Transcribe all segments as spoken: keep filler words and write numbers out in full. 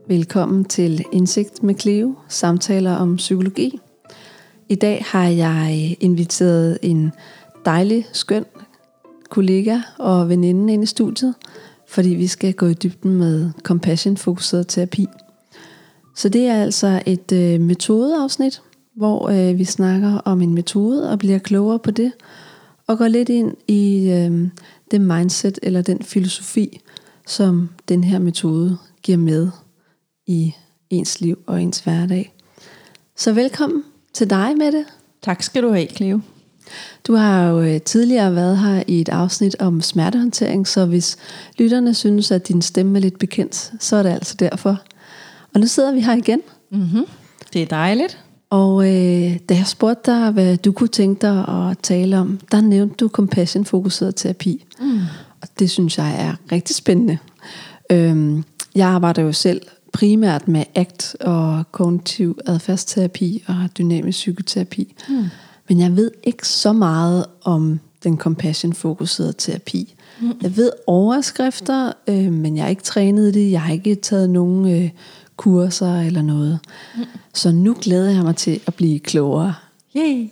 Velkommen til Indsigt med Cleo, samtaler om psykologi. I dag har jeg inviteret en dejlig, skøn kollega og veninde ind i studiet, fordi vi skal gå i dybden med compassion-fokuseret terapi. Så det er altså et øh, metodeafsnit, hvor øh, vi snakker om en metode og bliver klogere på det, og går lidt ind i øh, det mindset eller den filosofi, som den her metode giver med i ens liv og ens hverdag. Så velkommen til dig, Mette. Tak skal du have, Cleo. Du har jo tidligere været her i et afsnit om smertehåndtering, så hvis lytterne synes, at din stemme er lidt bekendt, så er det altså derfor. Og nu sidder vi her igen. Mm-hmm. Det er dejligt. Og øh, da jeg spurgte dig, hvad du kunne tænke dig at tale om, der nævnte du compassion-fokuseret terapi. Mm. Og det synes jeg er rigtig spændende. Øhm, jeg arbejder jo selv primært med A C T og kognitiv adfærdsterapi og dynamisk psykoterapi. Mm. Men jeg ved ikke så meget om den compassion-fokuserede terapi. Mm. Jeg ved overskrifter, øh, men jeg har ikke trænet det. Jeg har ikke taget nogen øh, kurser eller noget. Mm. Så nu glæder jeg mig til at blive klogere. Yay!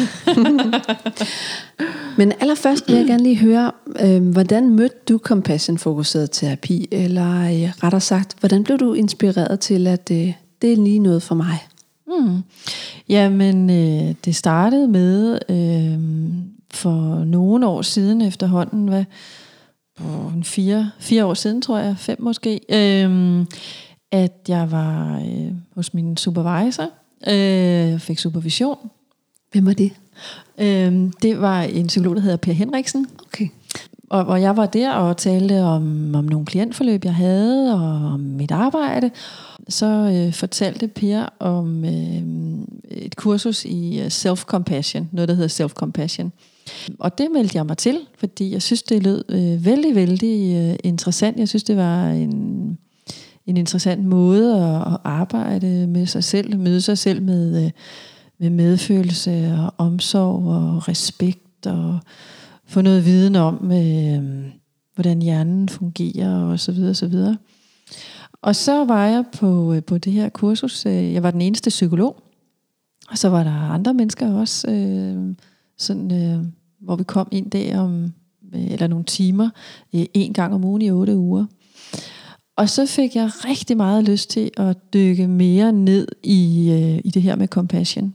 Men allerførst vil jeg gerne lige høre, øh, hvordan mødte du compassion-fokuseret terapi? Eller øh, rettere sagt, hvordan blev du inspireret til, at øh, det er lige noget for mig? Mm. Jamen, øh, det startede med øh, for nogle år siden efterhånden, hvad, oh, fire, fire år siden tror jeg, fem måske, øh, at jeg var øh, hos min supervisor, øh, fik supervision. Hvem var det? Øh, det var en psykolog, der hedder Per Henriksen. Okay. Og, og jeg var der og talte om, om nogle klientforløb, jeg havde, og om mit arbejde. Så øh, fortalte Per om øh, et kursus i self-compassion, noget der hedder self-compassion. Og det meldte jeg mig til, fordi jeg synes, det lød øh, vældig, vældig øh, interessant. Jeg synes, det var en, en interessant måde at, at arbejde med sig selv, møde sig selv med, øh, med medfølelse og omsorg og respekt, og få noget viden om, øh, hvordan hjernen fungerer og så videre, så videre. Og så var jeg på, på det her kursus. Jeg var den eneste psykolog. Og så var der andre mennesker også, øh, sådan, øh, hvor vi kom ind der om, eller nogle timer, øh, en gang om ugen i otte uger. Og så fik jeg rigtig meget lyst til at dykke mere ned i, øh, i det her med compassion.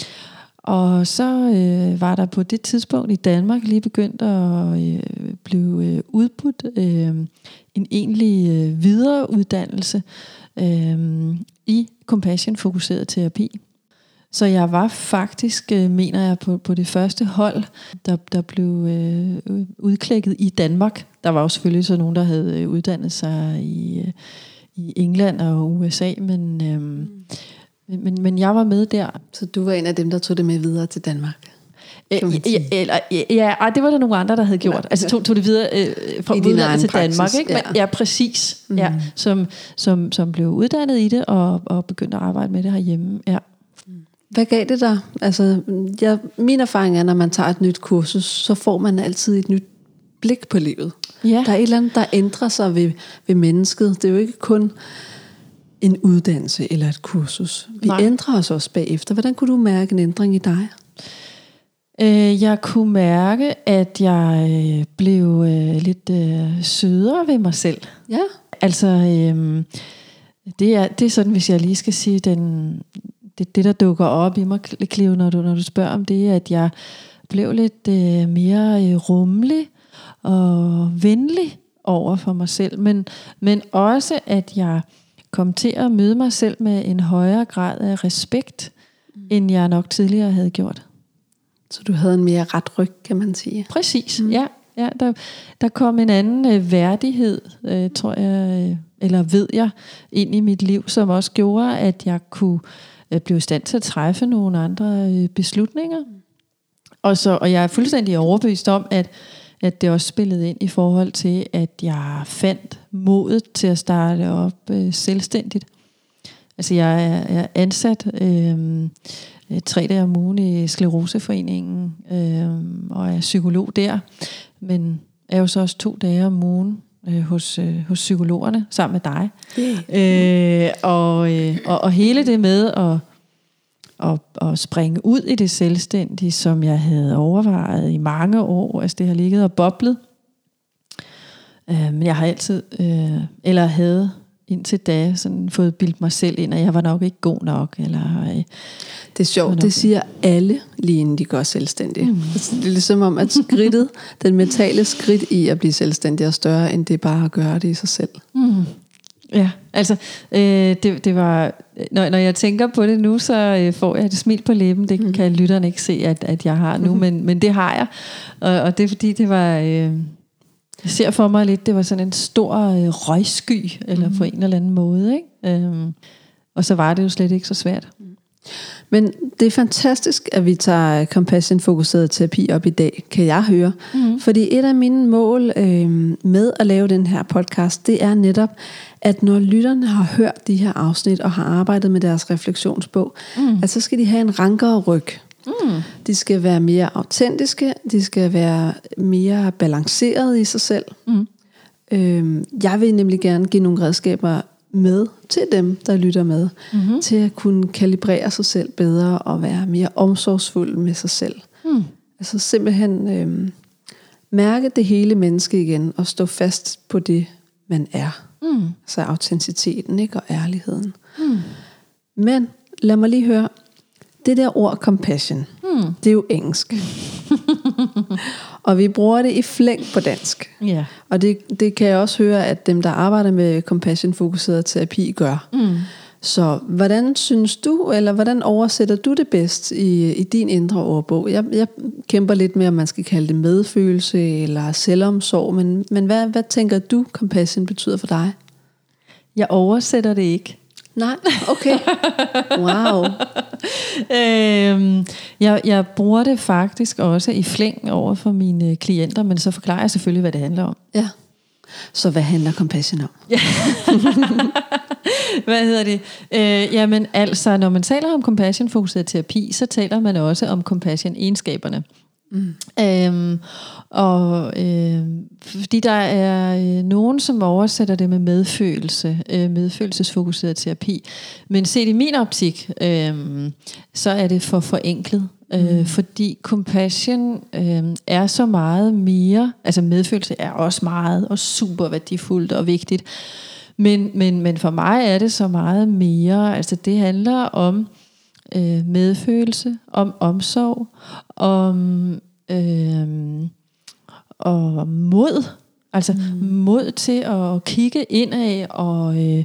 Og så øh, var der på det tidspunkt i Danmark lige begyndt at øh, blive øh, udbudt øh, en egentlig øh, videreuddannelse øh, i compassion-fokuseret terapi. Så jeg var faktisk, øh, mener jeg, på, på det første hold, der, der blev øh, udklækket i Danmark. Der var jo selvfølgelig så nogen, der havde uddannet sig i, øh, i England og U S A, men... Øh, mm. Men, men jeg var med der. Så du var en af dem, der tog det med videre til Danmark? Ja, eller, ja, ja, det var der nogle andre, der havde gjort. Ja, altså tog, tog det videre øh, fra udlandet til praksis, Danmark. Ikke? Men, ja. ja, præcis. Mm. Ja, som, som, som blev uddannet i det og, og begyndte at arbejde med det herhjemme. Ja. Hvad gav det dig? Altså, jeg, min erfaring er, når man tager et nyt kursus, så får man altid et nyt blik på livet. Ja. Der er et eller andet, der ændrer sig ved, ved mennesket. Det er jo ikke kun en uddannelse eller et kursus. Vi Nej. ændrer os også bagefter. Hvordan kunne du mærke en ændring i dig? Øh, jeg kunne mærke, at jeg blev øh, lidt øh, sødere ved mig selv. Ja. Altså, øh, det, er, det er sådan, hvis jeg lige skal sige, den, det, det der dukker op i mig, Cleo, når du, når du spørger om det, at jeg blev lidt øh, mere øh, rummelig og venlig over for mig selv. Men, men også, at jeg kom til at møde mig selv med en højere grad af respekt, mm. end jeg nok tidligere havde gjort. Så du havde en mere ret ryg, kan man sige. Præcis, mm. ja. ja der, der kom en anden øh, værdighed, øh, tror jeg, øh, eller ved jeg, ind i mit liv, som også gjorde, at jeg kunne øh, blive i stand til at træffe nogle andre øh, beslutninger. Mm. Og, så, og jeg er fuldstændig overbevist om, at at det også spillede ind i forhold til, at jeg fandt modet til at starte op øh, selvstændigt. Altså jeg er, jeg er ansat øh, tre dage om ugen i Skleroseforeningen, øh, og er psykolog der, men er jo så også to dage om ugen øh, hos, øh, hos psykologerne sammen med dig. Yeah. Øh, og, øh, og, og hele det med at, at, at springe ud i det selvstændige, som jeg havde overvejet i mange år, altså det har ligget og boblet. Øh, men jeg har altid, øh, eller havde indtil da, sådan fået bildt mig selv ind, at jeg var nok ikke god nok. Eller, øh, det er sjovt, det siger alle lige inden de går selvstændige. Mm. Det er ligesom om, at skridtet, den mentale skridt i at blive selvstændig er større, end det bare at gøre det i sig selv. Mm. Ja, altså, øh, det, det var, når, når jeg tænker på det nu, så øh, får jeg et smil på læben. Det mm. kan lytterne ikke se, at, at jeg har nu, mm. men, men det har jeg. Og, og det er fordi, det var... Øh, Jeg ser for mig lidt, det var sådan en stor øh, røgsky, eller mm. på en eller anden måde, ikke? Øhm, og så var det jo slet ikke så svært. Men det er fantastisk, at vi tager compassion-fokuseret terapi op i dag, kan jeg høre. Mm. Fordi et af mine mål øh, med at lave den her podcast, det er netop, at når lytterne har hørt de her afsnit, og har arbejdet med deres refleksionsbog, mm. at så skal de have en rankere ryg. Mm. De skal være mere autentiske, de skal være mere balancerede i sig selv. Mm. Øhm, jeg vil nemlig gerne give nogle redskaber med til dem, der lytter med, mm-hmm. til at kunne kalibrere sig selv bedre og være mere omsorgsfuld med sig selv. Mm. Altså simpelthen øhm, mærke det hele menneske igen og stå fast på det, man er. Mm. Så autenticiteten, ikke, og ærligheden. Mm. Men lad mig lige høre. Det der ord compassion, hmm. det er jo engelsk. Og vi bruger det i flæng på dansk. Yeah. Og det, det kan jeg også høre, at dem, der arbejder med compassion-fokuseret terapi, gør. Mm. Så hvordan synes du, eller hvordan oversætter du det bedst i, i din indre ordbog? Jeg, jeg kæmper lidt med, om man skal kalde det medfølelse eller selvomsorg, men, men hvad, hvad tænker du, compassion betyder for dig? Jeg oversætter det ikke. Nej, okay. Wow. øhm, jeg, jeg bruger det faktisk også i flæng over for mine klienter, men så forklarer jeg selvfølgelig, hvad det handler om. Ja. Så hvad handler compassion om? Ja. Hvad hedder det? Øh, jamen altså, når man taler om compassion-fokuseret terapi, så taler man også om compassion-egenskaberne. Mm. Øhm, og øh, fordi der er øh, nogen, som oversætter det med medfølelse, øh, medfølelsesfokuseret terapi, men set i min optik, øh, så er det for forenklet, øh, mm. fordi compassion øh, er så meget mere, altså medfølelse er også meget og super værdifuldt og vigtigt, men, men, men for mig er det så meget mere, altså det handler om Øh, medfølelse, om omsorg, om øh, og mod, altså mm. mod til at kigge indad og øh,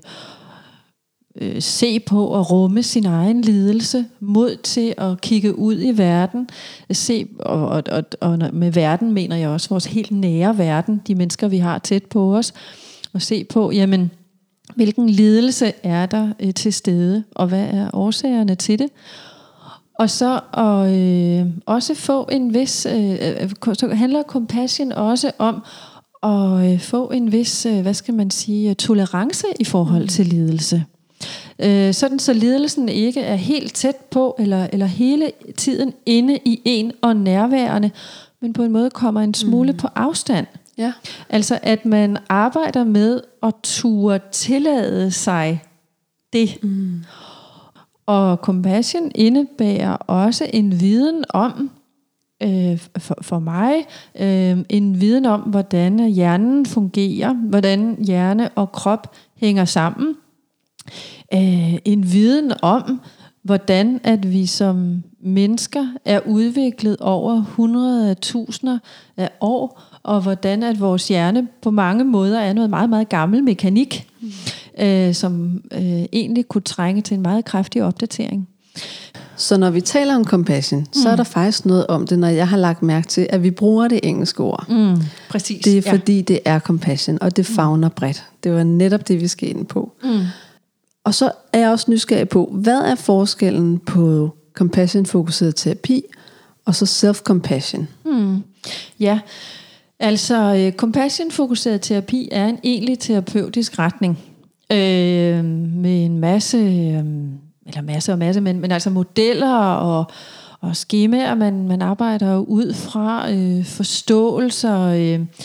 øh, se på og rumme sin egen lidelse, mod til at kigge ud i verden, se og, og, og, og med verden mener jeg også vores helt nære verden, de mennesker vi har tæt på os, og se på, jamen hvilken lidelse er der øh, til stede, og hvad er årsagerne til det? Og så at øh, også få en vis, øh, så handler compassion også om at øh, få en vis, øh, hvad skal man sige, tolerance i forhold mm. til lidelse. Øh, sådan så lidelsen ikke er helt tæt på, eller, eller hele tiden inde i en og nærværende, men på en måde kommer en smule mm. på afstand. Ja. Altså at man arbejder med at turde tillade sig det. Mm. Og compassion indebærer også en viden om, øh, for, for mig, øh, en viden om, hvordan hjernen fungerer, hvordan hjerne og krop hænger sammen. Øh, en viden om, hvordan at vi som mennesker er udviklet over hundrede af tusinder af år, og hvordan at vores hjerne på mange måder er noget meget, meget gammel mekanik, mm. øh, som øh, egentlig kunne trænge til en meget kraftig opdatering. Så når vi taler om compassion, mm. så er der faktisk noget om det, når jeg har lagt mærke til, at vi bruger det engelske ord. Mm, præcis. Det er fordi, ja. det er compassion, og det favner bredt. Det var netop det, vi skal ind på. Mm. Og så er jeg også nysgerrig på, hvad er forskellen på compassion-fokuseret terapi, og så self-compassion? Mm. Ja, altså compassion-fokuseret terapi er en egentlig terapeutisk retning, øh, med en masse, øh, eller masse og masse, men, men altså modeller og, og skemaer, man, man arbejder ud fra, øh, forståelser, øh,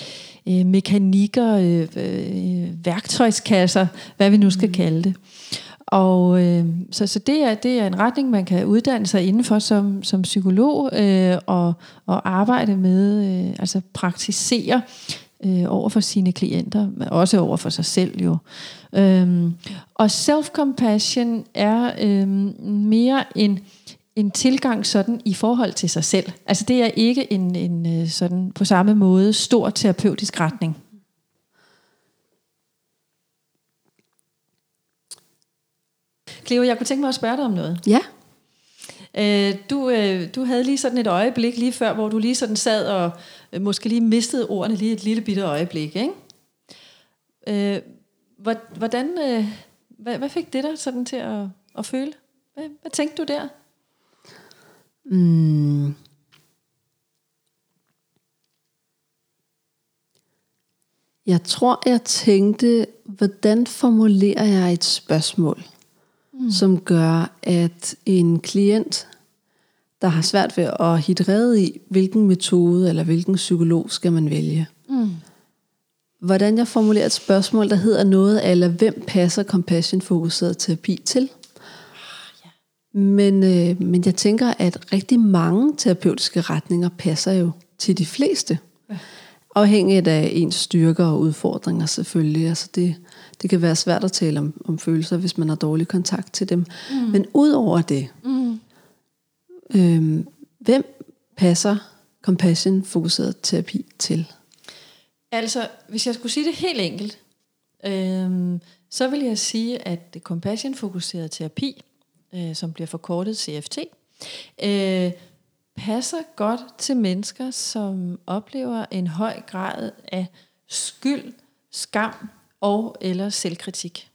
øh, mekanikker, øh, øh, værktøjskasser, hvad vi nu skal mm. kalde det. Og øh, så, så det, er, det er en retning, man kan uddanne sig indenfor som, som psykolog øh, og, og arbejde med, øh, altså praktisere øh, over for sine klienter, men også over for sig selv jo. Øhm, og self-compassion er øh, mere en, en tilgang sådan i forhold til sig selv. Altså det er ikke en, en sådan på samme måde stor terapeutisk retning. Cleo, jeg kunne tænke mig at spørge dig om noget. Ja. Øh, du, øh, du havde lige sådan et øjeblik lige før, hvor du lige sådan sad og øh, måske lige mistede ordene lige et lille bitte øjeblik, ikke? Øh, hvordan, øh, hvad, hvad fik det dig sådan til at, at føle? Hvad, hvad tænkte du der? Mm. Jeg tror, jeg tænkte, hvordan formulerer jeg et spørgsmål, mm. som gør, at en klient, der har svært ved at hitte rede i, hvilken metode eller hvilken psykolog skal man vælge. Mm. Hvordan jeg formulerer et spørgsmål, der hedder noget, eller hvem passer compassion-fokuseret terapi til? Men, øh, men jeg tænker, at rigtig mange terapeutiske retninger passer jo til de fleste. Ja. Afhængigt af ens styrker og udfordringer selvfølgelig. Altså det, det kan være svært at tale om, om følelser, hvis man har dårlig kontakt til dem. Mm. Men ud over det, mm. øh, hvem passer compassion-fokuseret terapi til? Altså, hvis jeg skulle sige det helt enkelt, øh, så vil jeg sige, at det compassion-fokuseret terapi, øh, som bliver forkortet C F T, øh, passer godt til mennesker, som oplever en høj grad af skyld, skam og eller selvkritik.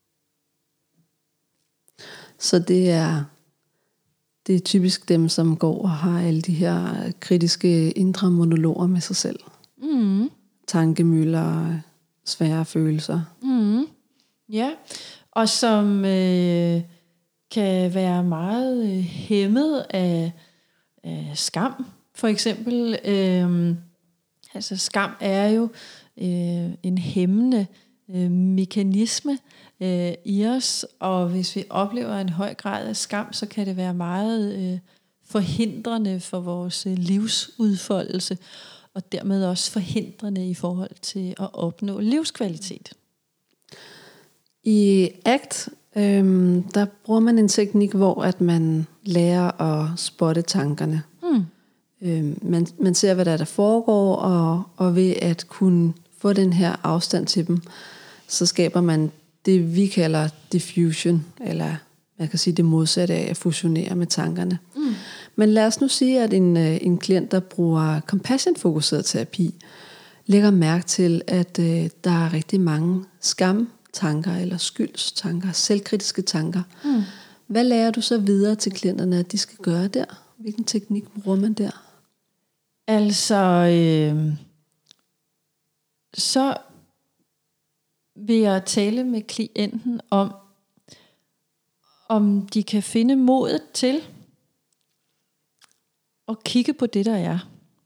Så det er, det er typisk dem, som går og har alle de her kritiske indre monologer med sig selv. Mm. Tankemøller, svære følelser. Mm. Ja, og som øh, kan være meget øh, hæmmet af, af skam, for eksempel. Øh, altså skam er jo øh, en hæmmende øh, mekanisme øh, i os, og hvis vi oplever en høj grad af skam, så kan det være meget øh, forhindrende for vores øh, livsudfoldelse, og dermed også forhindrende i forhold til at opnå livskvalitet. I A C T, øhm, der bruger man en teknik, hvor at man lærer at spotte tankerne. Hmm. Øhm, man, man ser, hvad der, er, der foregår, og, og ved at kunne få den her afstand til dem, så skaber man det, vi kalder diffusion, eller jeg kan sige det modsatte af at fusionere med tankerne. Hmm. Men lad os nu sige, at en, en klient, der bruger compassion-fokuseret terapi, lægger mærke til, at øh, der er rigtig mange skamtanker eller skyldstanker, selvkritiske tanker. Mm. Hvad lærer du så videre til klienterne, at de skal gøre der? Hvilken teknik bruger man der? Altså, øh, så vil jeg tale med klienten om, om de kan finde modet til og kigge på det, der er.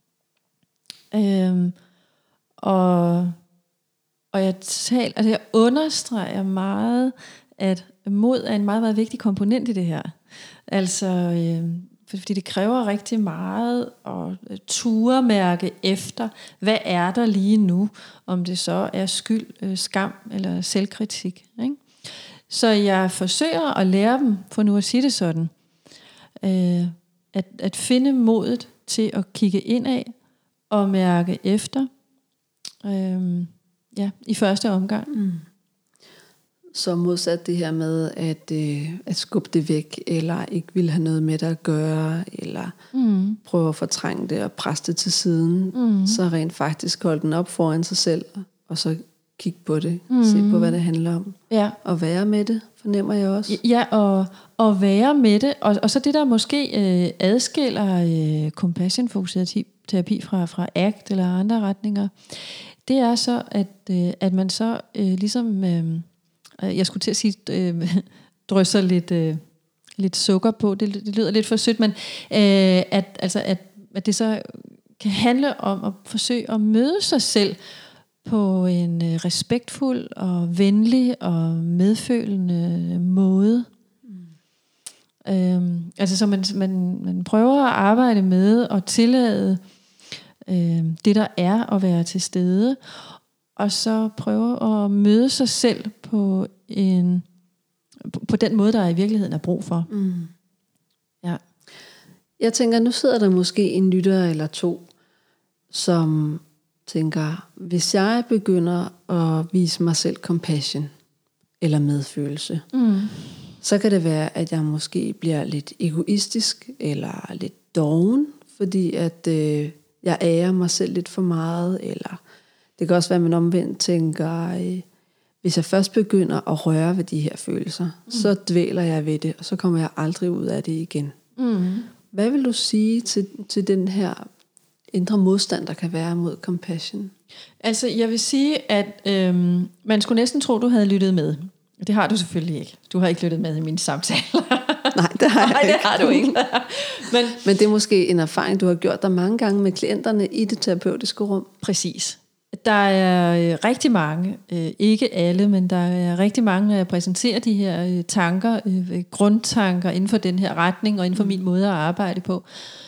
Øhm, og, og jeg, tal, altså jeg understreger meget, at mod er en meget, meget vigtig komponent i det her. Altså, øhm, fordi det kræver rigtig meget at ture mærke efter, hvad er der lige nu, om det så er skyld, øh, skam eller selvkritik. Ikke? Så jeg forsøger at lære dem, for nu at sige det sådan, øh, At, at finde modet til at kigge indad og mærke efter øhm, ja, i første omgang. Mm. Så modsat det her med at, øh, at skubbe det væk, eller ikke vil have noget med det at gøre, eller mm. prøve at fortrænge det og presse det til siden, mm. så rent faktisk holde den op foran sig selv, og så kigge på det, mm. se på hvad det handler om, ja. Og være med det, fornemmer jeg også. Ja, og, og være med det, og, og så det der måske øh, adskiller øh, compassion-fokuseret terapi fra, fra A C T eller andre retninger, det er så, at, øh, at man så øh, ligesom, øh, jeg skulle til at sige, øh, drysser lidt, øh, lidt sukker på, det, det lyder lidt for sødt, men øh, at, altså, at, at det så kan handle om at forsøge at møde sig selv, på en øh, respektfuld og venlig og medfølende måde. Mm. Øhm, altså så man, man, man prøver at arbejde med at tillade øh, det der er at være til stede, og så prøve at møde sig selv på en på, på den måde, der i virkeligheden er brug for. Mm. Ja. Jeg tænker, nu sidder der måske en lytter eller to, som tænker, hvis jeg begynder at vise mig selv compassion eller medfølelse, Mm. så kan det være, at jeg måske bliver lidt egoistisk eller lidt doven, fordi at øh, jeg ærer mig selv lidt for meget, eller det kan også være, at man omvendt tænker, øh, hvis jeg først begynder at røre ved de her følelser, mm. så dvæler jeg ved det, og så kommer jeg aldrig ud af det igen. Mm. Hvad vil du sige til, til den her indre modstand, der kan være mod compassion? Altså, jeg vil sige, at øhm, man skulle næsten tro, du havde lyttet med. Det har du selvfølgelig ikke. Du har ikke lyttet med i mine samtaler. Nej, det har jeg Nej, ikke. det har du ikke. Men, Men det er måske en erfaring, du har gjort dig mange gange med klienterne i det terapeutiske rum. Præcis. Der er øh, rigtig mange, øh, ikke alle, men der er rigtig mange, der præsenterer de her øh, tanker, øh, grundtanker inden for den her retning, og inden for min måde at arbejde på,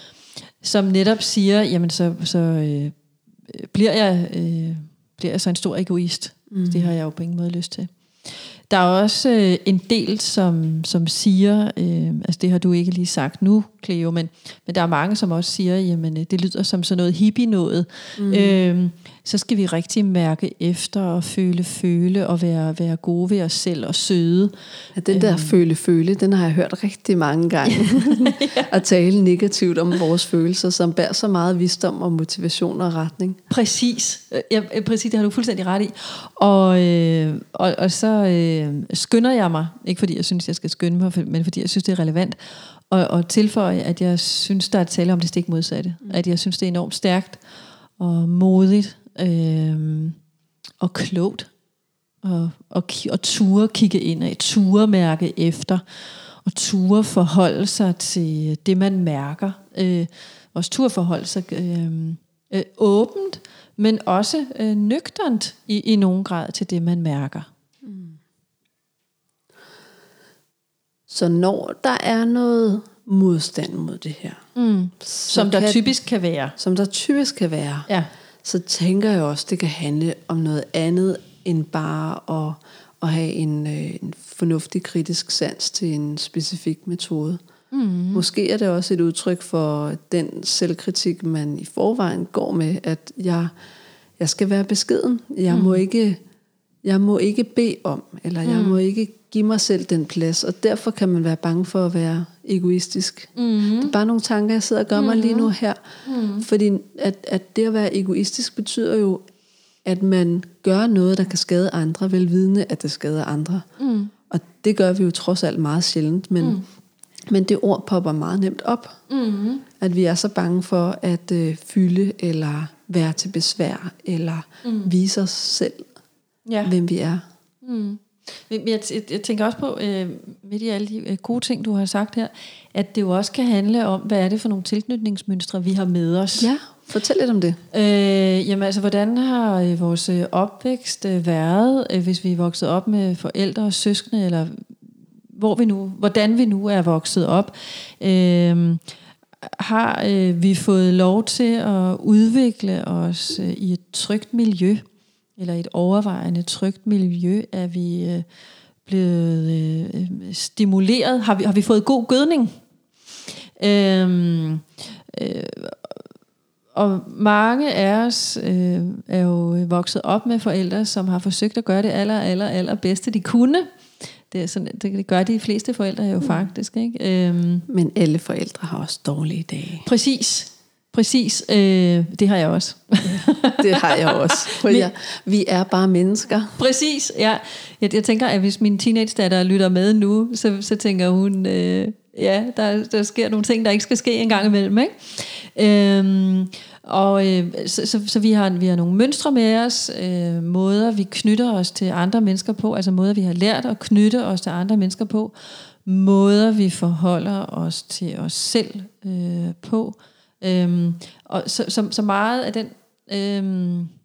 som netop siger, jamen så, så øh, bliver, jeg, øh, bliver jeg så en stor egoist. Mm. Det har jeg jo på ingen måde lyst til. Der er også øh, en del, som, som siger, øh, altså det har du ikke lige sagt nu, Cleo, men, men der er mange, som også siger, jamen det lyder som sådan noget hippie noget. Mm. Øh, så skal vi rigtig mærke efter og føle, føle og være, være gode ved os selv og søde. Ja, den der øhm. føle, føle, den har jeg hørt rigtig mange gange. Ja. At tale negativt om vores følelser, som bærer så meget visdom og motivation og retning. Præcis. Ja, præcis, det har du fuldstændig ret i. Og, øh, og, og så øh, skynder jeg mig, ikke fordi jeg synes, jeg skal skynde mig, men fordi jeg synes, det er relevant, og, og tilføje, at jeg synes, der er tale om det stik modsatte. Mm. At jeg synes, det er enormt stærkt og modigt øh, og klogt og, og, og ture kigge ind og ture mærke efter og ture forholde sig til det, man mærker. Øh, også ture forholde sig øh, øh, åbent, men også øh, nøgternt i, i nogen grad til det, man mærker. Mm. Så når der er noget modstand mod det her, mm. som der kan, typisk kan være, som der typisk kan være, ja. så tænker jeg også, det kan handle om noget andet end bare at, at have en, en fornuftig kritisk sans til en specifik metode. Mm. Måske er det også et udtryk for den selvkritik, man i forvejen går med, at jeg, jeg skal være beskeden. Jeg, mm. må ikke, jeg må ikke bede om, eller jeg mm. må ikke give mig selv den plads, og derfor kan man være bange for at være egoistisk. Mm. Det er bare nogle tanker, jeg sidder og gør mig mm. lige nu her. Mm. Fordi at, at det at være egoistisk betyder jo, at man gør noget, der kan skade andre, velvidende, at det skader andre. Mm. Og det gør vi jo trods alt meget sjældent, men, mm. men det ord popper meget nemt op. Mm. At vi er så bange for at øh, fylde, eller være til besvær, eller mm. vise os selv, ja. Hvem vi er. Mm. Men jeg, jeg, jeg tænker også på, øh, midt i alle de gode ting, du har sagt her, at det jo også kan handle om, hvad er det for nogle tilknytningsmønstre, vi har med os. Ja, fortæl lidt om det. Øh, jamen altså, hvordan har øh, vores øh, opvækst øh, været, øh, hvis vi er vokset op med forældre og søskende, eller hvor vi nu, hvordan vi nu er vokset op. Øh, har øh, vi fået lov til at udvikle os øh, i et trygt miljø, eller et overvejende trygt miljø, er vi øh, blevet øh, stimuleret, har vi, har vi fået god gødning. Øhm, øh, og mange af os øh, er jo vokset op med forældre, som har forsøgt at gøre det aller, aller, aller bedste, de kunne. Det, er sådan, det gør de fleste forældre jo faktisk. Ikke? Øhm, Men alle forældre har også dårlige dage. Præcis. Præcis, øh, det har jeg også. Det har jeg også. Men, jeg, vi er bare mennesker. Præcis, ja. Jeg, jeg tænker, at hvis min teenage-datter lytter med nu, så, så tænker hun, øh, ja, der, der sker nogle ting, der ikke skal ske en gang imellem. Ikke? Øhm, og øh, så, så, så vi har, vi har nogle mønstre med os, øh, måder vi knytter os til andre mennesker på, altså måder vi har lært at knytte os til andre mennesker på, måder vi forholder os til os selv øh, på. Øhm, og så, så, så meget af den øhm,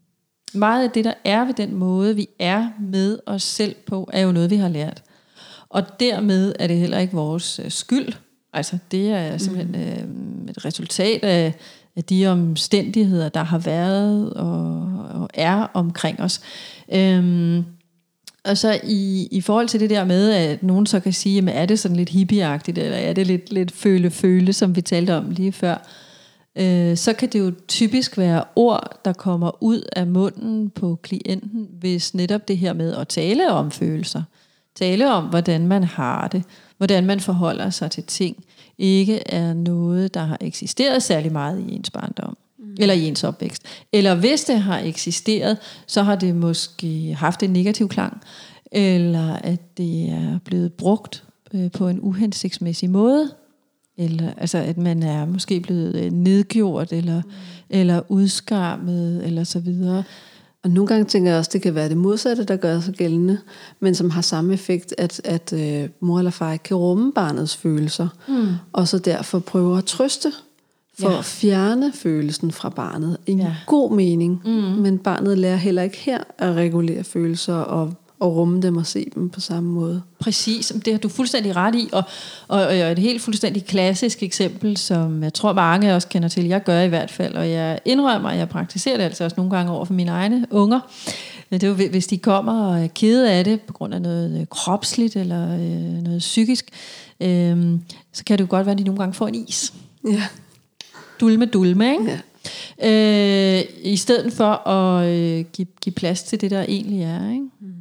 meget af det, der er ved den måde, vi er med os selv på, er jo noget, vi har lært. Og dermed er det heller ikke vores øh, skyld. Altså, det er simpelthen øh, et resultat af, af de omstændigheder, der har været og, og er omkring os. Øhm, og så i, i forhold til det der med, at nogen så kan sige, jamen, er det sådan lidt hippieagtigt, eller er det lidt, lidt føle-føle, som vi talte om lige før, øh, så kan det jo typisk være ord, der kommer ud af munden på klienten, hvis netop det her med at tale om følelser, tale om, hvordan man har det, hvordan man forholder sig til ting, ikke er noget, der har eksisteret særlig meget i ens barndom, mm. eller i ens opvækst. Eller hvis det har eksisteret, så har det måske haft en negativ klang, eller at det er blevet brugt øh, på en uhensigtsmæssig måde, eller altså at man er måske blevet øh, nedgjort, eller, mm. eller udskammet, eller så videre. Og nogle gange tænker jeg også, det kan være det modsatte, der gør sig gældende, men som har samme effekt, at, at øh, mor eller far ikke kan rumme barnets følelser, mm. og så derfor prøver at trøste, for ja. at fjerne følelsen fra barnet. En ja. god mening, mm. men barnet lærer heller ikke her at regulere følelser og, og rumme dem og se dem på samme måde. Præcis, det har du fuldstændig ret i, og, og, og et helt fuldstændig klassisk eksempel, som jeg tror mange også kender til, jeg gør i hvert fald, og jeg indrømmer, at jeg praktiserer det altså også nogle gange over for mine egne unger. Det er jo, hvis de kommer og er kede af det på grund af noget kropsligt eller øh, noget psykisk, øh, så kan det jo godt være, at de nogle gange får en is. Ja. Dulme, dulme, ikke? Ja. Øh, I stedet for at øh, give, give plads til det, der egentlig er, ikke? Mm.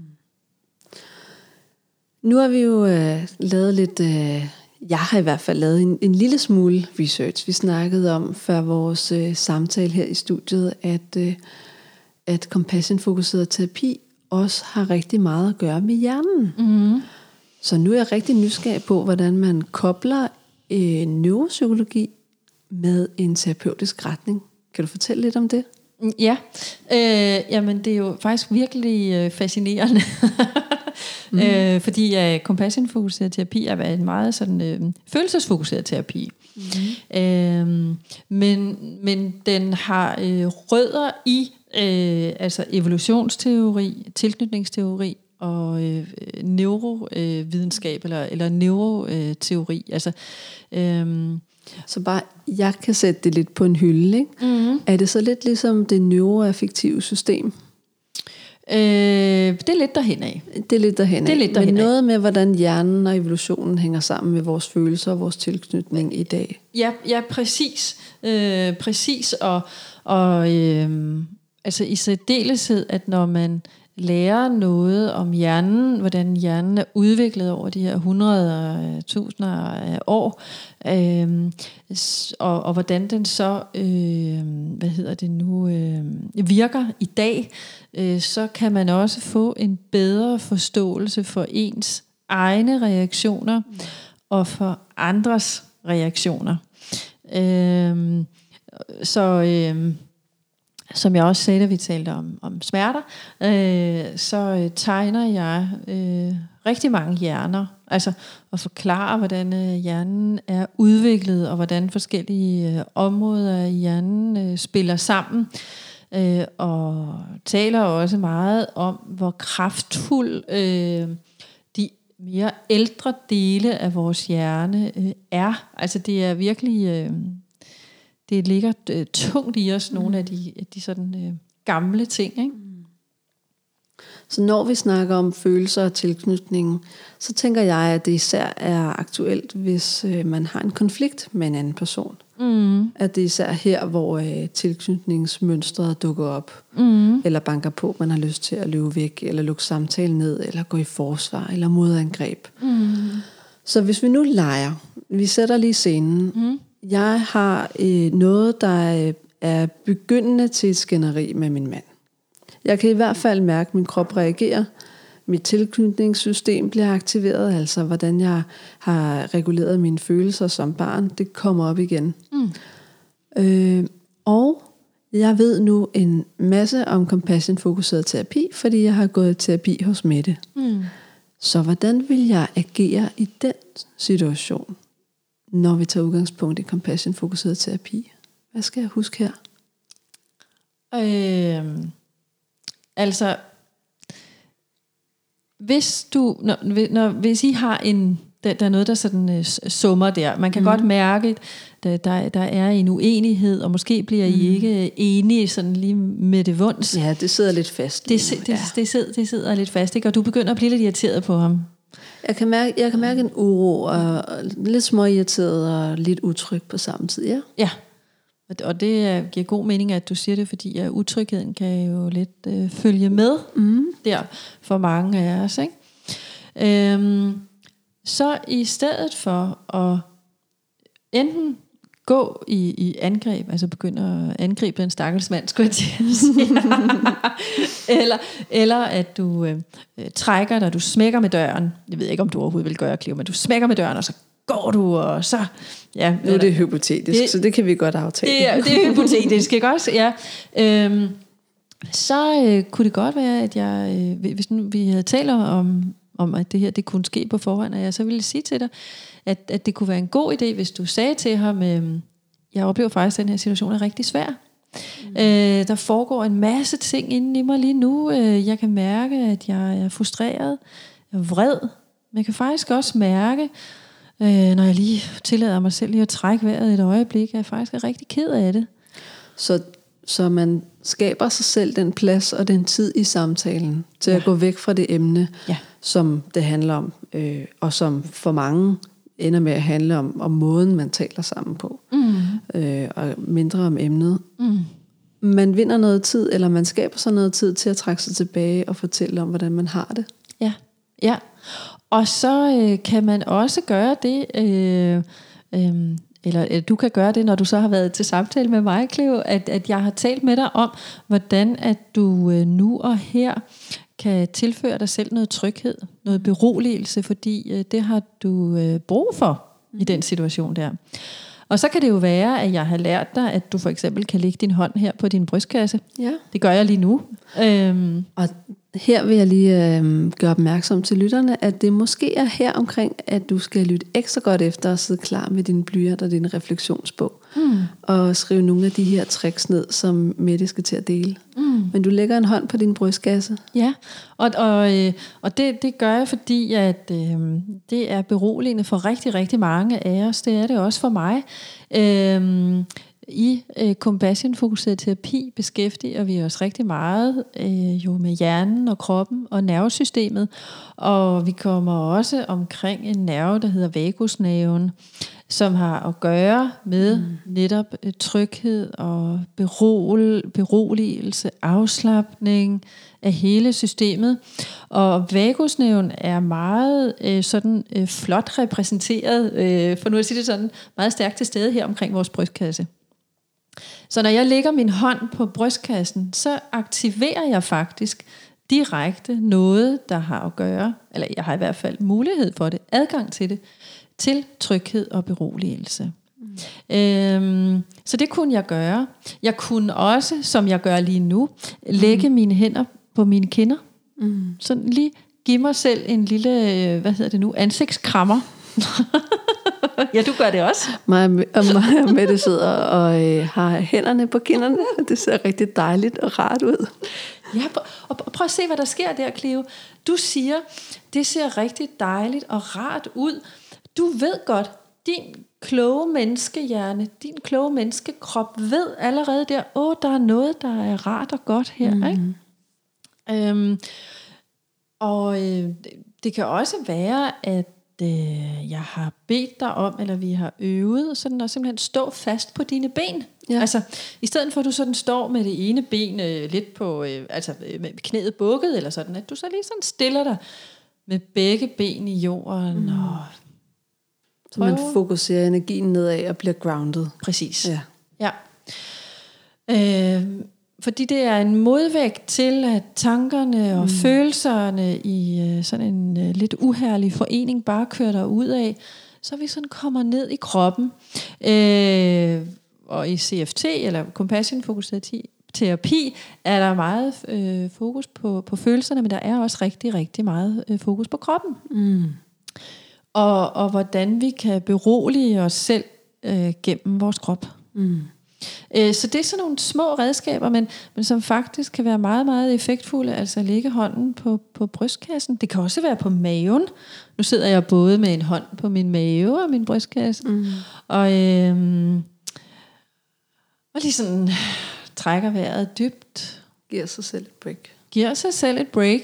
Nu har vi jo øh, lavet lidt, øh, jeg har i hvert fald lavet en, en lille smule research. Vi snakkede om før vores øh, samtale her i studiet, at, øh, at compassion-fokuseret terapi også har rigtig meget at gøre med hjernen. Mm. Så nu er jeg rigtig nysgerrig på, hvordan man kobler øh, neuropsykologi med en terapeutisk retning. Kan du fortælle lidt om det? Ja, øh, jamen det er jo faktisk virkelig øh, fascinerende. Mm. Øh, fordi uh, compassion-fokuseret terapi er en meget sådan øh, følelsesfokuseret terapi. Mm. Øh, men, men den har øh, rødder i øh, altså evolutionsteori, tilknytningsteori og øh, neurovidenskab eller, eller neuroteori. Altså, øh, så bare, jeg kan sætte det lidt på en hylde, ikke? Mm. Er det så lidt ligesom det neuroaffektive system? Øh, det er lidt derhen af. Det er lidt derhen af. Det er lidt derhen Men af. noget med, hvordan hjernen og evolutionen hænger sammen med vores følelser og vores tilknytning i dag. Ja, ja, præcis. Øh, præcis. Og, og øh, altså i særdeleshed, at når man lærer noget om hjernen, hvordan hjernen er udviklet over de her hundrede tusinder af år, øh, og, og hvordan den så, øh, hvad hedder det nu, øh, virker i dag, øh, så kan man også få en bedre forståelse for ens egne reaktioner mm. og for andres reaktioner. Øh, så øh, som jeg også sagde, da vi talte om, om smerter, øh, så øh, tegner jeg øh, rigtig mange hjerner, altså at forklare, hvordan øh, hjernen er udviklet, og hvordan forskellige øh, områder af hjernen øh, spiller sammen, øh, og taler også meget om, hvor kraftfuld øh, de mere ældre dele af vores hjerne øh, er. Altså det er virkelig... Øh, Det ligger øh, tungt i os, nogle af de, de sådan, øh, gamle ting. Ikke? Så når vi snakker om følelser og tilknytning, så tænker jeg, at det især er aktuelt, hvis øh, man har en konflikt med en anden person. Mm. At det er især her, hvor øh, tilknytningsmønstret dukker op, mm. eller banker på, man har lyst til at løbe væk, eller lukke samtalen ned, eller gå i forsvar, eller modangreb. Mm. Så hvis vi nu leger, vi sætter lige scenen, mm. Jeg har øh, noget, der er begyndende til et skænderi med min mand. Jeg kan i hvert fald mærke, at min krop reagerer. Mit tilknytningssystem bliver aktiveret, altså hvordan jeg har reguleret mine følelser som barn, det kommer op igen. Mm. Øh, og jeg ved nu en masse om compassion-fokuseret terapi, fordi jeg har gået i terapi hos Mette. Mm. Så hvordan vil jeg agere i den situation, når vi tager udgangspunkt i compassion-fokuseret terapi? Hvad skal jeg huske her? Øh, Altså, hvis du, når, når, hvis I har en, der, der er noget, der sådan uh, summer der, man kan mm. godt mærke, der, der, der er en uenighed, og måske bliver I mm. ikke enige sådan lige med det vunds. Ja, det sidder lidt fast. Det, det, det, det, sidder, det sidder lidt fast, ikke? Og du begynder at blive lidt irriteret på ham. Jeg kan mærke, jeg kan mærke en uro, og lidt småirriteret og lidt utryg på samme tid, ja. Ja, og det giver god mening, at du siger det, fordi at utrygheden kan jo lidt øh, følge med mm. der for mange af os, ikke? Øhm, så i stedet for at enten gå i, i angreb, altså begynde at angribe den stakkels mand, skulle jeg til at sige. eller, eller at du øh, trækker dig, du smækker med døren. Jeg ved ikke, om du overhovedet vil gøre, Cleo, men du smækker med døren, og så går du, og så... Ja, nu er det hypotetisk, det, så det kan vi godt aftale. Det er, det er hypotetisk, ikke også? Ja. Øhm, så øh, kunne det godt være, at jeg, øh, hvis nu vi havde talt om, om, at det her det kunne ske på forhånd, og jeg så ville sige til dig, at, at det kunne være en god idé, hvis du sagde til ham, øh, jeg oplever faktisk, at den her situation er rigtig svær. Mm. Øh, der foregår en masse ting inde i mig lige nu. Øh, jeg kan mærke, at jeg er frustreret, jeg er vred, men jeg kan faktisk også mærke, Øh, når jeg lige tillader mig selv lige at trække vejret et øjeblik, er jeg faktisk rigtig ked af det. Så, så man skaber sig selv den plads og den tid i samtalen til ja. at gå væk fra det emne, ja. som det handler om, øh, og som for mange ender med at handle om, om måden, man taler sammen på, mm. øh, og mindre om emnet. Mm. Man vinder noget tid, eller man skaber sig noget tid til at trække sig tilbage og fortælle om, hvordan man har det. Ja, ja. Og så øh, kan man også gøre det, øh, øh, eller øh, du kan gøre det, når du så har været til samtale med mig, Cleo, at, at jeg har talt med dig om, hvordan at du øh, nu og her kan tilføre dig selv noget tryghed, noget beroligelse, fordi øh, det har du øh, brug for i den situation der. Og så kan det jo være, at jeg har lært dig, at du for eksempel kan lægge din hånd her på din brystkasse. Ja. Det gør jeg lige nu. Øhm. Og her vil jeg lige øh, gøre opmærksom til lytterne, at det måske er her omkring, at du skal lytte ekstra godt efter og sidde klar med din blyant og din refleksionsbog. Mm. Og skrive nogle af de her tricks ned, som Mette skal til at dele. Mm. Men du lægger en hånd på din brystkasse. Ja, og, og, øh, og det, det gør jeg, fordi at, øh, det er beroligende for rigtig, rigtig mange af os. Det er det også for mig. Øh, I øh, compassion-fokuseret terapi beskæftiger vi os rigtig meget øh, jo med hjernen og kroppen og nervesystemet, og vi kommer også omkring en nerve, der hedder vagusnerven, som har at gøre med mm. netop øh, tryghed og berol, beroligelse, afslapning af hele systemet. Og vagusnerven er meget øh, sådan øh, flot repræsenteret, øh, for nu at sige det sådan, meget stærkt til stede her omkring vores brystkasse. Så når jeg lægger min hånd på brystkassen, så aktiverer jeg faktisk direkte noget, der har at gøre, eller jeg har i hvert fald mulighed for det, adgang til det, til tryghed og beroligelse. Mm. Øhm, så det kunne jeg gøre. Jeg kunne også, som jeg gør lige nu, lægge mm. mine hænder på mine kinder. Mm. Så lige give mig selv en lille, hvad hedder det nu, ansigtskrammer. Ja, du gør det også. Mig og, mig og Mette sidder og øh, har hænderne på kinderne. Det ser rigtig dejligt og rart ud. Ja, og prøv at se, hvad der sker der, Cleo. Du siger, det ser rigtig dejligt og rart ud. Du ved godt, din kloge menneskehjerne, din kloge menneskekrop ved allerede der, åh, der er noget, der er rart og godt her. Mm. Ikke? Øhm, og øh, det kan også være, at jeg har bedt dig om, eller vi har øvet, sådan at simpelthen stå fast på dine ben. Ja. Altså, i stedet for at du sådan står med det ene ben øh, lidt på, øh, altså med knæet bukket, eller sådan, at du så lige sådan stiller dig med begge ben i jorden. Mm. Og så man fokuserer energien nedad og bliver grounded. Præcis. Ja. Ja. Øh, Fordi det er en modvægt til, at tankerne og mm. følelserne i uh, sådan en uh, lidt uherlig forening bare kører der ud af, så vi sådan kommer ned i kroppen. Øh, og i C F T, eller compassion-fokuseret terapi, er der meget øh, fokus på, på følelserne, men der er også rigtig, rigtig meget øh, fokus på kroppen. Mm. Og, og hvordan vi kan berolige os selv øh, gennem vores krop. Mm. Øh, så det er sådan nogle små redskaber, men, men som faktisk kan være meget, meget effektfulde. Altså at lægge hånden på, på brystkassen. Det kan også være på maven. Nu sidder jeg både med en hånd på min mave og min brystkasse. Mm. Og, øh, og lige sådan trækker vejret dybt. Giver sig selv et break. Giver sig selv et break.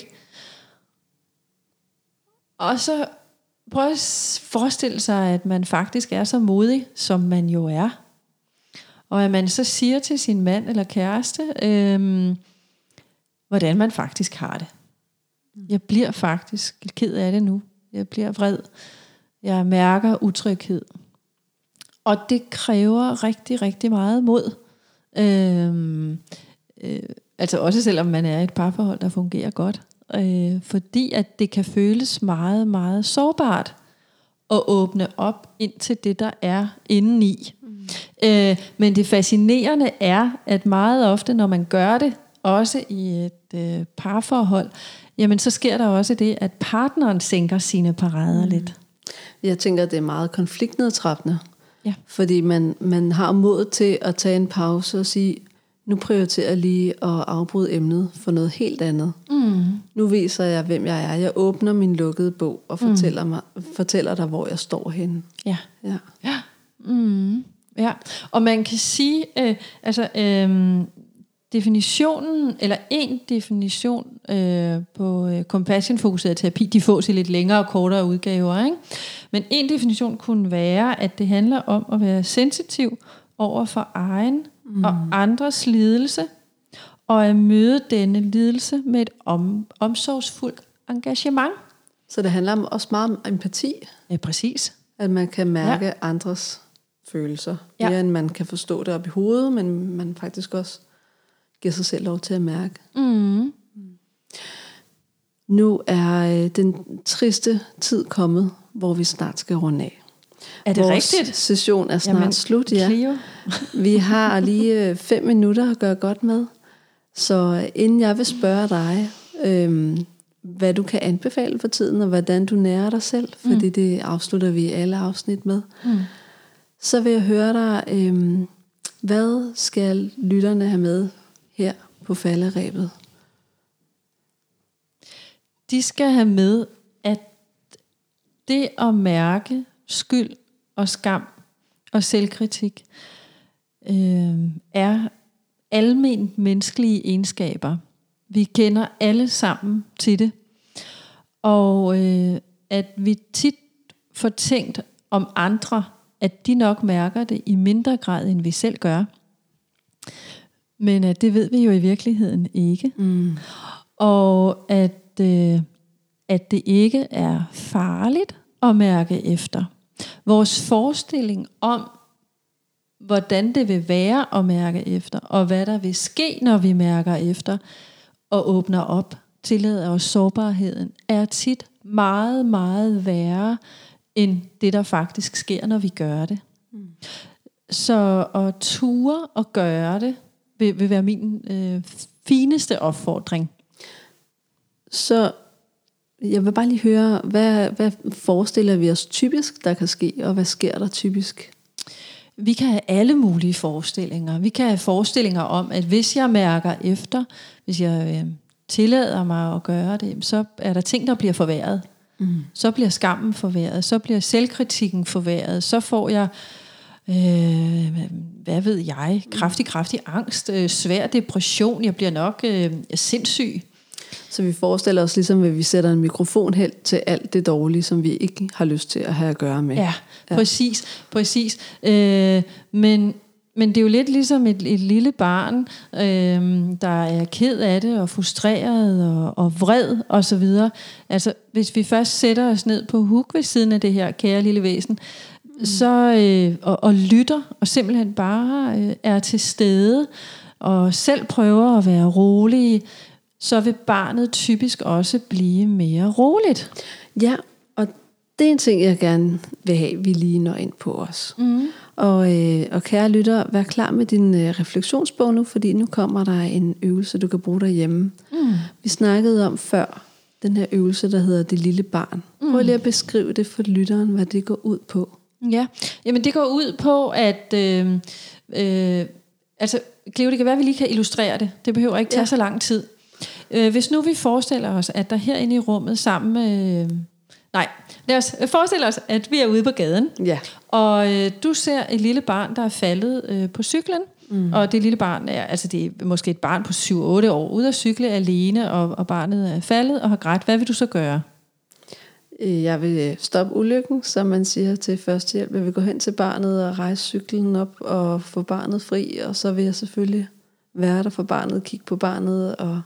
Og så prøv at forestille sig, at man faktisk er så modig, som man jo er. Og at man så siger til sin mand eller kæreste, øhm, hvordan man faktisk har det. Jeg bliver faktisk ked af det nu. Jeg bliver vred. Jeg mærker utryghed. Og det kræver rigtig, rigtig meget mod. Øhm, øh, altså også selvom man er i et parforhold, der fungerer godt. Øh, fordi at det kan føles meget, meget sårbart at åbne op ind til det, der er indeni. Mm. Øh, men det fascinerende er, at meget ofte, når man gør det, også i et øh, parforhold, jamen så sker der også det, at partneren sænker sine parader mm. lidt. Jeg tænker, at det er meget konfliktnedtrappende. Ja. Fordi man, man har mod til at tage en pause og sige, nu prioriterer jeg lige at afbryde emnet for noget helt andet. Mm. Nu viser jeg, hvem jeg er. Jeg åbner min lukkede bog og fortæller, mm. mig, fortæller dig, hvor jeg står henne. Ja. Ja. Ja. Mm. Ja. Og man kan sige, øh, altså øh, definitionen, eller en definition øh, på øh, compassion-fokuseret terapi, de fås i lidt længere og kortere udgaver, ikke? Men en definition kunne være, at det handler om at være sensitiv over for egen mm. og andres lidelse, og at møde denne lidelse med et om, omsorgsfuldt engagement. Så det handler om, også meget om empati? Ja, præcis. At man kan mærke ja. andres følelser, mere ja. end man kan forstå det op i hovedet, men man faktisk også giver sig selv lov til at mærke. Mm. Nu er øh, den triste tid kommet, hvor vi snart skal runde af. Er det Vores rigtigt? session er snart Jamen, slut, ja. Vi har lige fem minutter at gøre godt med. Så inden jeg vil spørge dig, øhm, hvad du kan anbefale for tiden, og hvordan du nærer dig selv, fordi mm. det afslutter vi alle afsnit med, mm. så vil jeg høre dig, øhm, hvad skal lytterne have med her på falderebet? De skal have med, at det at mærke skyld og skam og selvkritik øh, er alment menneskelige egenskaber. Vi kender alle sammen til det. Og øh, at vi tit får tænkt om andre, at de nok mærker det i mindre grad, end vi selv gør. Men at det ved vi jo i virkeligheden ikke. Mm. Og at, øh, at det ikke er farligt at mærke efter. Vores forestilling om, hvordan det vil være at mærke efter, og hvad der vil ske, når vi mærker efter, og åbner op, tillader os sårbarheden, er tit meget, meget værre, end det, der faktisk sker, når vi gør det. Mm. Så at ture og gøre det, vil, vil være min øh, fineste opfordring. Så jeg vil bare lige høre, hvad, hvad forestiller vi os typisk, der kan ske, og hvad sker der typisk? Vi kan have alle mulige forestillinger. Vi kan have forestillinger om, at hvis jeg mærker efter, hvis jeg øh, tillader mig at gøre det, så er der ting, der bliver forværret. Mm. Så bliver skammen forværret, så bliver selvkritikken forværret, så får jeg, øh, hvad ved jeg, kraftig, kraftig angst, øh, svær depression, jeg bliver nok øh, sindssyg. Så vi forestiller os ligesom, at vi sætter en mikrofon hen til alt det dårlige, som vi ikke har lyst til at have at gøre med. Ja, ja. præcis. præcis. Øh, men, men det er jo lidt ligesom et, et lille barn, øh, der er ked af det, og frustreret, og, og vred, og så videre. Altså, hvis vi først sætter os ned på huk ved siden af det her kære lille væsen, mm. så, øh, og, og lytter, og simpelthen bare øh, er til stede, og selv prøver at være rolige, så vil barnet typisk også blive mere roligt. Ja, og det er en ting, jeg gerne vil have, vi lige når ind på os. Mm. Og, øh, og kære lytter, vær klar med din øh, refleksionsbog nu, fordi nu kommer der en øvelse, du kan bruge derhjemme. Mm. Vi snakkede om før den her øvelse, der hedder Det lille barn. Mm. Prøv lige at beskrive det for lytteren, hvad det går ud på. Ja, jamen det går ud på, at øh, øh, altså, Cleo, det kan være, at vi lige kan illustrere det. Det behøver ikke tage ja. så lang tid. Øh, hvis nu vi forestiller os, at der herinde i rummet sammen med... Øh, nej, lad os forestille os, at vi er ude på gaden. Ja. Og øh, du ser et lille barn, der er faldet øh, på cyklen. Mm. Og det lille barn er, altså det er måske et barn på syv otte år, ude at cykle alene, og, og barnet er faldet og har grædt. Hvad vil du så gøre? Jeg vil stoppe ulykken, som man siger til førstehjælp. Jeg vil gå hen til barnet og rejse cyklen op og få barnet fri, og så vil jeg selvfølgelig være der for barnet, kigge på barnet og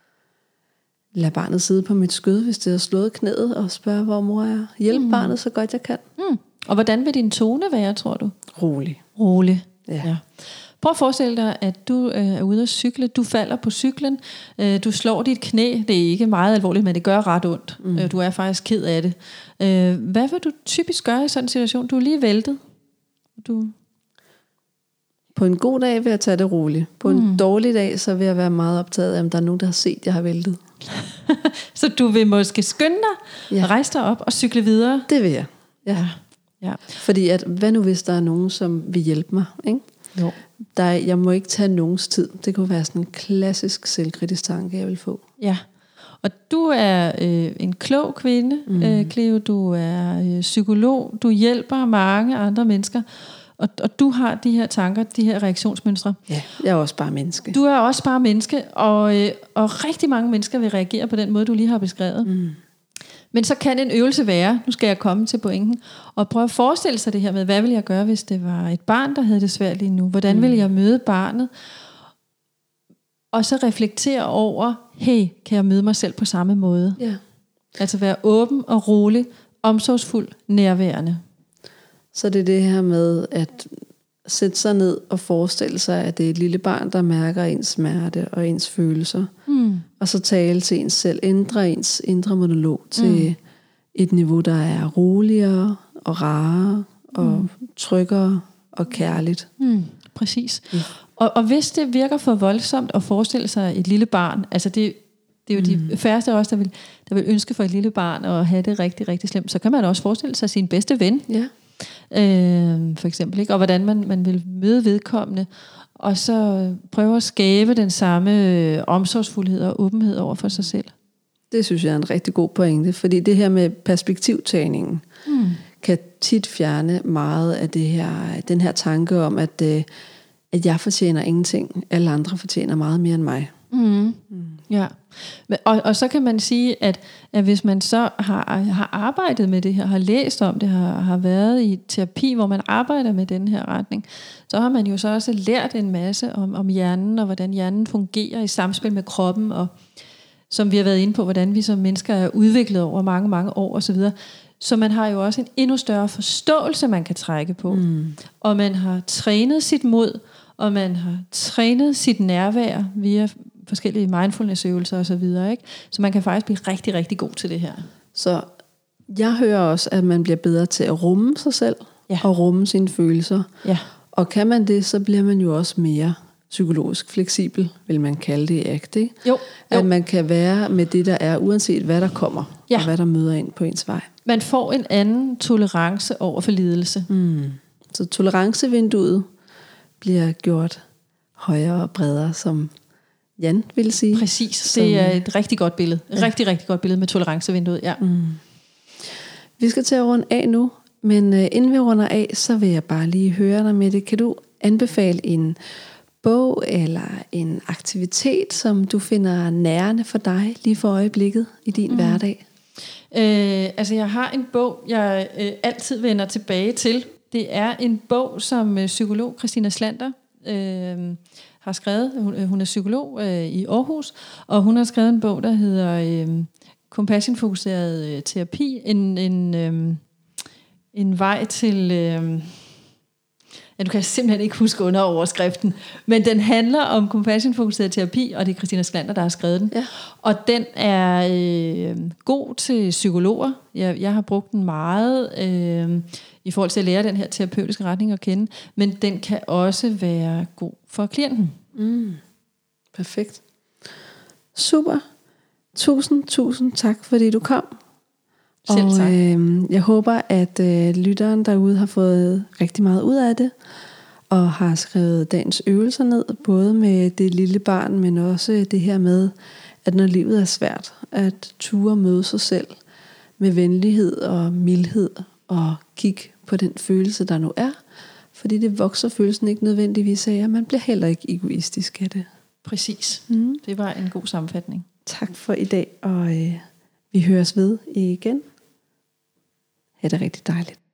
lade barnet sidde på mit skød, hvis det har slået knæet, og spørge, hvor mor er. Hjælpe mm. barnet så godt jeg kan. Mm. Og hvordan vil din tone være, tror du? Rolig. Rolig. Ja. ja. Prøv at forestille dig, at du øh, er ude at cykle, du falder på cyklen, øh, du slår dit knæ, det er ikke meget alvorligt, men det gør ret ondt. Mm. Øh, du er faktisk ked af det. Øh, hvad vil du typisk gøre i sådan en situation? Du er lige væltet. Du... På en god dag vil jeg tage det roligt. På mm. en dårlig dag, så vil jeg være meget optaget af, om der er nogen, der har set, at jeg har væltet. Så du vil måske skynde dig, ja. rejse dig op og cykle videre? Det vil jeg, ja. ja. Fordi at, hvad nu hvis der er nogen, som vil hjælpe mig, ikke? Jo. Der, jeg må ikke tage nogens tid. Det kunne være sådan en klassisk selvkritisk tanke, jeg vil få. Ja, og du er øh, en klog kvinde, mm. øh, Cleo. Du er øh, psykolog. Du hjælper mange andre mennesker. Og, og du har de her tanker, de her reaktionsmønstre. Ja, jeg er også bare menneske. Du er også bare menneske, og, øh, og rigtig mange mennesker vil reagere på den måde, du lige har beskrevet. Mm. Men så kan en øvelse være, nu skal jeg komme til pointen, og prøve at forestille sig det her med, hvad vil jeg gøre, hvis det var et barn, der havde det svært lige nu? Hvordan mm. vil jeg møde barnet? Og så reflektere over, hey, kan jeg møde mig selv på samme måde? Ja. Altså være åben og rolig, omsorgsfuld, nærværende. Så det er det her med at sætte sig ned og forestille sig, at det er et lille barn, der mærker ens smerte og ens følelser. Mm. Og så tale til ens selv, ændre ens indre monolog til mm. et niveau, der er roligere og rarere og mm. tryggere og kærligt. Mm. Præcis. Mm. Og, og hvis det virker for voldsomt at forestille sig et lille barn, altså det, det er jo mm. de færreste af os, der vil, der vil ønske for et lille barn at have det rigtig, rigtig slemt, så kan man også forestille sig sin bedste ven. Ja. Øh, for eksempel, ikke? Og hvordan man, man vil møde vedkommende, og så prøve at skabe den samme øh, omsorgsfuldhed og åbenhed over for sig selv. Det synes jeg er en rigtig god pointe, fordi det her med perspektivtagningen mm. kan tit fjerne meget af det her, den her tanke om, at, øh, at jeg fortjener ingenting, alle andre fortjener meget mere end mig. Mm. Mm. Ja. Og, og så kan man sige, at, at hvis man så har, har arbejdet med det her, har læst om det, har, har været i terapi, hvor man arbejder med den her retning, så har man jo så også lært en masse om, om hjernen, og hvordan hjernen fungerer i samspil med kroppen, og som vi har været inde på, hvordan vi som mennesker er udviklet over mange, mange år osv. Så, så man har jo også en endnu større forståelse, man kan trække på. Mm. Og man har trænet sit mod, og man har trænet sit nærvær via forskellige mindfulness-øvelser og så videre, ikke? Så man kan faktisk blive rigtig, rigtig god til det her. Så jeg hører også, at man bliver bedre til at rumme sig selv, ja. Og rumme sine følelser. Ja. Og kan man det, så bliver man jo også mere psykologisk fleksibel, vil man kalde det, ikke? Jo, jo. At man kan være med det, der er, uanset hvad der kommer, ja. Og hvad der møder ind på ens vej. Man får en anden tolerance over for lidelse. Mm. Så tolerancevinduet bliver gjort højere og bredere, som Jan ville sige. Præcis, som, det er et rigtig godt billede. Et ja. rigtig, rigtig godt billede med tolerancevinduet, ja. Mm. Vi skal til at runde af nu, men uh, inden vi runder af, så vil jeg bare lige høre dig med det. Kan du anbefale en bog eller en aktivitet, som du finder nærende for dig lige for øjeblikket i din mm. hverdag? Øh, altså jeg har en bog, jeg øh, altid vender tilbage til. Det er en bog, som øh, psykolog Christina Slander øh, har skrevet. Hun, hun er psykolog øh, i Aarhus, og hun har skrevet en bog, der hedder øh, Compassion-fokuseret øh, terapi. En, en, øh, en vej til... Øh, ja, du kan simpelthen ikke huske under overskriften, men den handler om compassion-fokuseret terapi, og det er Christina Slander, der har skrevet den. Ja. Og den er øh, god til psykologer. Jeg, jeg har brugt den meget øh, i forhold til at lære den her terapeutiske retning at kende, men den kan også være god for klienten. Mm. Perfekt. Super. Tusind, tusind tak, fordi du kom. Selv tak. Og øh, jeg håber, at øh, lytteren derude har fået rigtig meget ud af det. og har skrevet dagens øvelser ned, både med det lille barn, men også det her med, at når livet er svært, at ture møde sig selv med venlighed og mildhed, og kigge på den følelse, der nu er, fordi det vokser følelsen ikke nødvendigvis af, og man bliver heller ikke egoistisk af det. Præcis. Mm. Det var en god sammenfatning. Tak for i dag, og øh, vi høres ved igen. Ha' det rigtig dejligt.